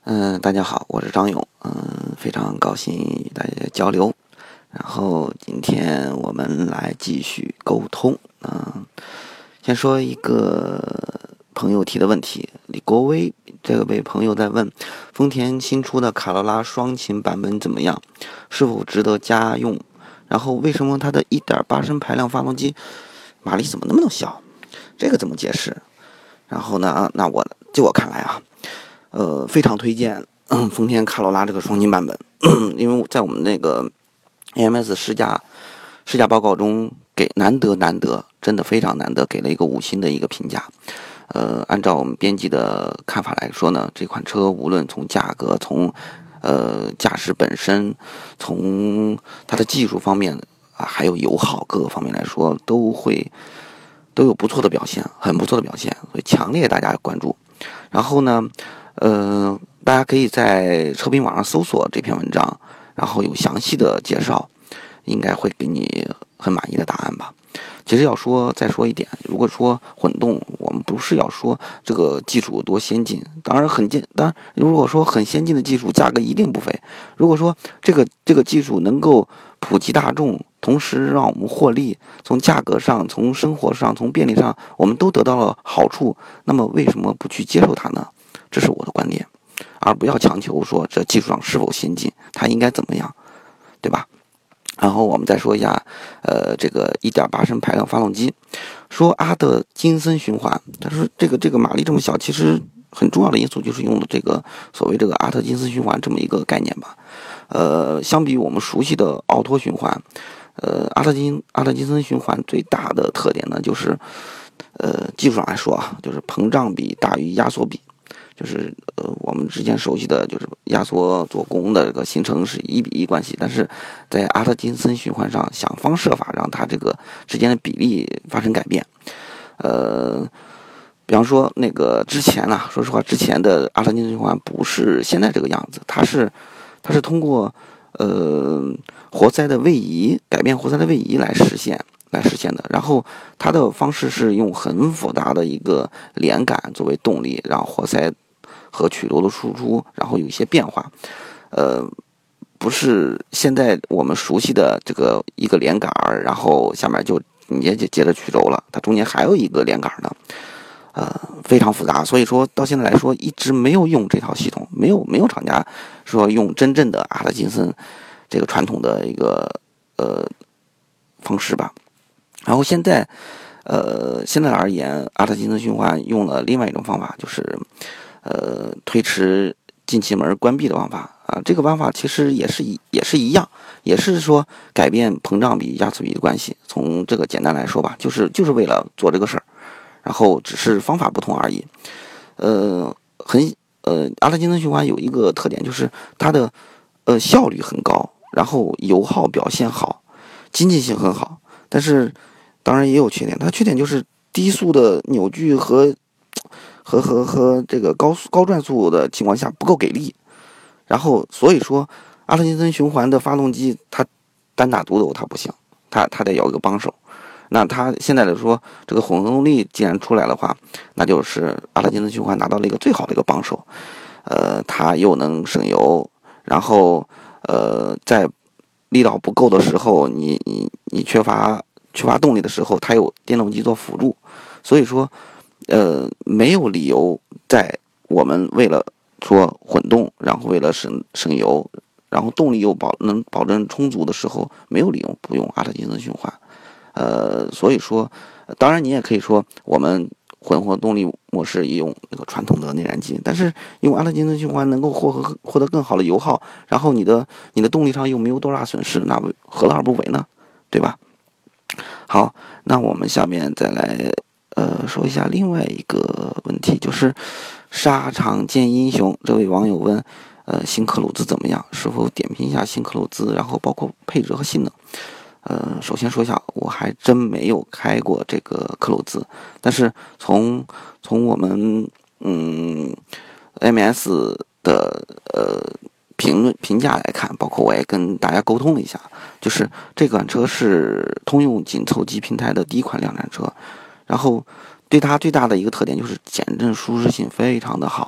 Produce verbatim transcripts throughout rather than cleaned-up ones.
嗯，大家好，我是张勇，嗯，非常高兴与大家交流。然后今天我们来继续沟通。嗯，先说一个朋友提的问题，李国威这位朋友在问，丰田新出的卡罗拉双擎版本怎么样，是否值得家用？然后为什么它的 一点八 升排量发动机马力怎么那么小？这个怎么解释？然后呢，那我就我看来啊。呃，非常推荐、嗯、丰田卡罗拉这个双擎版本，因为在我们那个 A M S 试驾试驾报告中，给难得难得，真的非常难得，给了一个五星的一个评价。呃，按照我们编辑的看法来说呢，这款车无论从价格、从呃驾驶本身、从它的技术方面啊，还有油耗各个方面来说，都会都有不错的表现，很不错的表现，所以强烈大家关注。然后呢？呃，大家可以在车评网上搜索这篇文章，然后有详细的介绍，应该会给你很满意的答案吧。其实要说再说一点，如果说混动，我们不是要说这个技术有多先进，当然很先，当然如果说很先进的技术，价格一定不菲。如果说这个这个技术能够普及大众，同时让我们获利，从价格上、从生活上、从便利上，我们都得到了好处，那么为什么不去接受它呢？这是我的观点，而不要强求说这技术上是否先进，它应该怎么样，对吧？然后我们再说一下，呃，这个 一点八 升排量发动机，说阿特金森循环，他说这个这个马力这么小，其实很重要的因素就是用的这个所谓这个阿特金森循环这么一个概念吧。呃，相比我们熟悉的奥托循环，呃，阿特金阿特金森循环最大的特点呢，就是呃技术上来说啊，就是膨胀比大于压缩比。就是呃，我们之前熟悉的就是压缩做功的这个形成是一比一关系，但是在阿特金森循环上想方设法让它这个之间的比例发生改变。呃，比方说那个之前啊，说实话，之前的阿特金森循环不是现在这个样子，它是它是通过呃活塞的位移改变活塞的位移来实现。来实现的，然后它的方式是用很复杂的一个连杆作为动力，让活塞和曲轴的输出，然后有一些变化，呃，不是现在我们熟悉的这个一个连杆，然后下面就也接接着曲轴了，它中间还有一个连杆呢，呃，非常复杂，所以说到现在来说一直没有用这套系统，没有没有厂家说用真正的阿特金森这个传统的一个呃方式吧。然后现在，呃，现在而言，阿特金森循环用了另外一种方法，就是，呃，推迟进气门关闭的方法啊。这个方法其实也是一也是一样，也是说改变膨胀比压缩比的关系。从这个简单来说吧，就是就是为了做这个事儿，然后只是方法不同而已。呃，很呃，阿特金森循环有一个特点，就是它的呃效率很高，然后油耗表现好，经济性很好，但是。当然也有缺点，它缺点就是低速的扭矩和和和和这个高速高转速的情况下不够给力。然后所以说，阿特金森循环的发动机它单打独斗它不行，它它得有一个帮手。那它现在来说，这个混合动力既然出来的话，那就是阿特金森循环拿到了一个最好的一个帮手。呃，它又能省油，然后呃在力道不够的时候，你你你缺乏。缺乏动力的时候，它有电动机做辅助，所以说，呃，没有理由在我们为了说混动，然后为了省省油，然后动力又保能保证充足的时候，没有理由不用阿特金森循环。呃，所以说，当然你也可以说我们混合动力模式也用那个传统的内燃机，但是用阿特金森循环能够获得获得更好的油耗，然后你的你的动力上又没有多大损失，那何乐而不为呢？对吧？好，那我们下面再来呃说一下另外一个问题，就是沙场见英雄。这位网友问，呃，新克鲁兹怎么样？是否点评一下新克鲁兹？然后包括配置和性能。呃，首先说一下，我还真没有开过这个克鲁兹，但是从从我们嗯 M S 的呃。评论评价来看，包括我也跟大家沟通了一下，就是这款车是通用紧凑级平台的第一款量产车，然后对它最大的一个特点就是减震舒适性非常的好，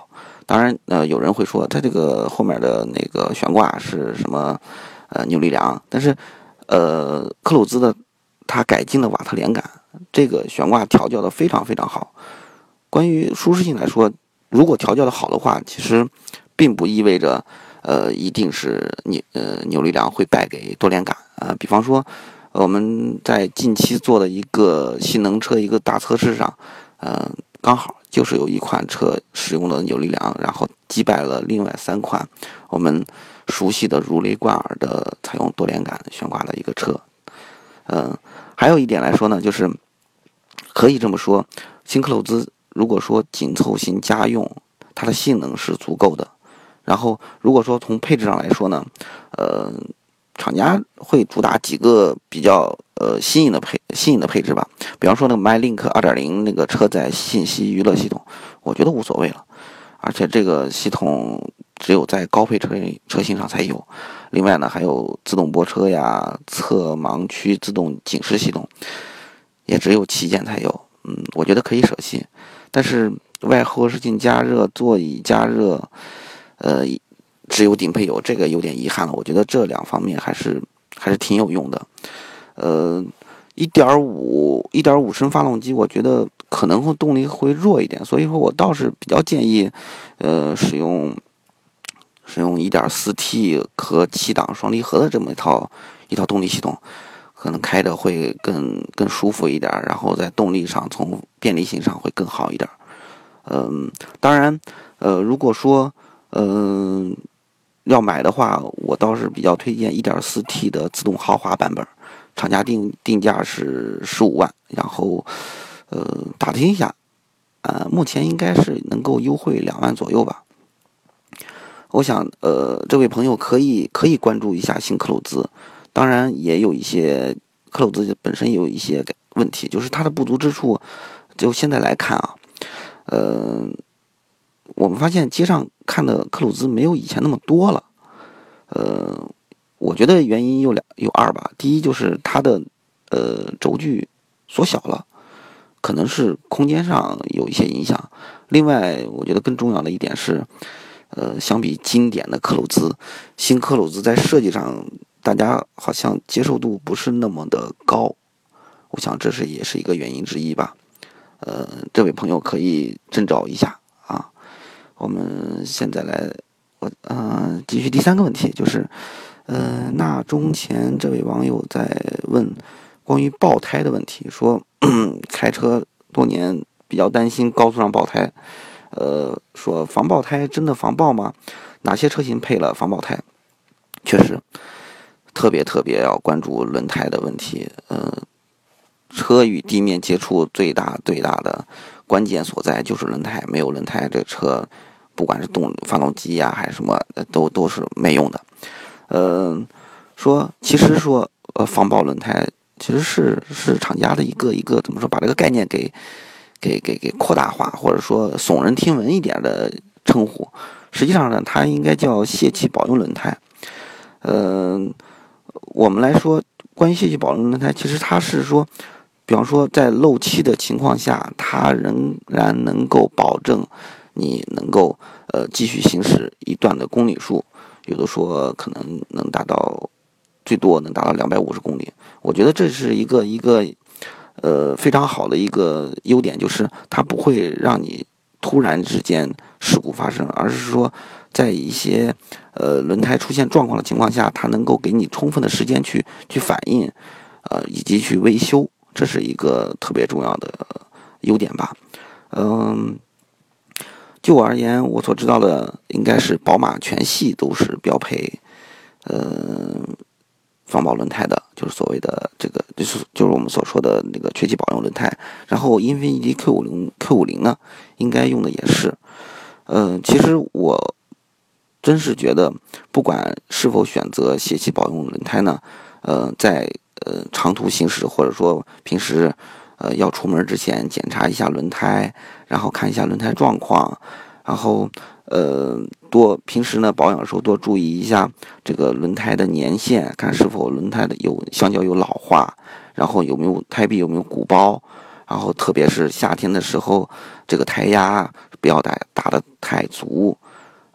当然，呃，有人会说它这个后面的那个悬挂是什么呃扭力梁，但是呃克鲁兹的它改进了瓦特连杆，这个悬挂调教的非常非常好。关于舒适性来说，如果调教的好的话，其实并不意味着呃一定是扭呃扭力梁会败给多连杆啊、呃。比方说我们在近期做的一个性能车一个大测试上，呃，刚好就是有一款车使用了扭力梁，然后击败了另外三款我们熟悉的如雷贯耳的采用多连杆悬挂的一个车。嗯、呃，还有一点来说呢，就是可以这么说，新克鲁兹如果说紧凑型家用，它的性能是足够的。然后如果说从配置上来说呢，呃。厂家会主打几个比较呃新颖的配新颖的配置吧，比方说那个 MyLink 二点零 那个车载信息娱乐系统，我觉得无所谓了，而且这个系统只有在高配车车型上才有。另外呢，还有自动泊车呀、侧盲区自动警示系统，也只有旗舰才有。嗯，我觉得可以舍弃，但是外后视镜加热、座椅加热，呃。只有顶配有，这个有点遗憾了。我觉得这两方面还是还是挺有用的。呃，一点五一点五升发动机，我觉得可能会动力会弱一点，所以说我倒是比较建议，呃，使用使用 一点四 T 和七档双离合的这么一套一套动力系统，可能开着会更更舒服一点，然后在动力上从便利性上会更好一点。嗯、呃，当然，呃，如果说嗯。呃要买的话，我倒是比较推荐 一点四 T 的自动豪华版本，厂家定定价是十五万，然后，呃，打听一下，呃，目前应该是能够优惠两万左右吧。我想，呃，这位朋友可以可以关注一下新克鲁兹，当然也有一些克鲁兹本身也有一些问题，就是它的不足之处，就现在来看啊，呃。我们发现街上看的克鲁兹没有以前那么多了，呃，我觉得原因有两有二吧。第一就是它的呃轴距缩小了，可能是空间上有一些影响。另外，我觉得更重要的一点是，呃，相比经典的克鲁兹，新克鲁兹在设计上大家好像接受度不是那么的高，我想这是也是一个原因之一吧。呃，这位朋友可以斟酌一下。我们现在来，我呃继续第三个问题，就是呃那中前这位网友在问关于爆胎的问题，说开车多年比较担心高速上爆胎，呃说防爆胎真的防爆吗？哪些车型配了防爆胎？确实，特别特别要关注轮胎的问题，呃，车与地面接触最大最大的关键所在就是轮胎，没有轮胎这车。不管是动发动机呀、啊、还是什么，都都是没用的。嗯、呃，说其实说呃防爆轮胎其实是是厂家的一个一个怎么说，把这个概念给给给给扩大化，或者说耸人听闻一点的称呼。实际上呢，它应该叫泄气保用轮胎。嗯、呃，我们来说关于泄气保用轮胎，其实它是说，比方说在漏气的情况下，它仍然能够保证。你能够呃继续行驶一段的公里数，有的说可能能达到最多能达到两百五十公里。我觉得这是一个一个呃非常好的一个优点，就是它不会让你突然之间事故发生，而是说在一些呃轮胎出现状况的情况下，它能够给你充分的时间去去反应，呃以及去维修，这是一个特别重要的优点吧。嗯。就我而言，我所知道的应该是宝马全系都是标配，呃，防爆轮胎的，就是所谓的这个，就是就是我们所说的那个缺气保用轮胎。然后英菲尼迪 Q 五零 Q 五零呢，应该用的也是。呃，其实我真是觉得，不管是否选择泄气保用轮胎呢，呃，在呃长途行驶或者说平时。呃，要出门之前检查一下轮胎，然后看一下轮胎状况，然后呃多平时呢保养的时候多注意一下这个轮胎的年限，看是否轮胎的有橡胶有老化，然后有没有胎壁有没有鼓包，然后特别是夏天的时候，这个胎压不要打打得太足，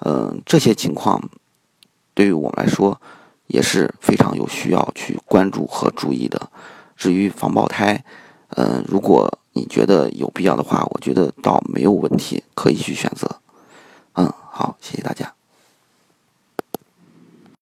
嗯，这些情况对于我们来说也是非常有需要去关注和注意的。至于防爆胎，嗯，如果你觉得有必要的话，我觉得倒没有问题，可以去选择。嗯，好，谢谢大家。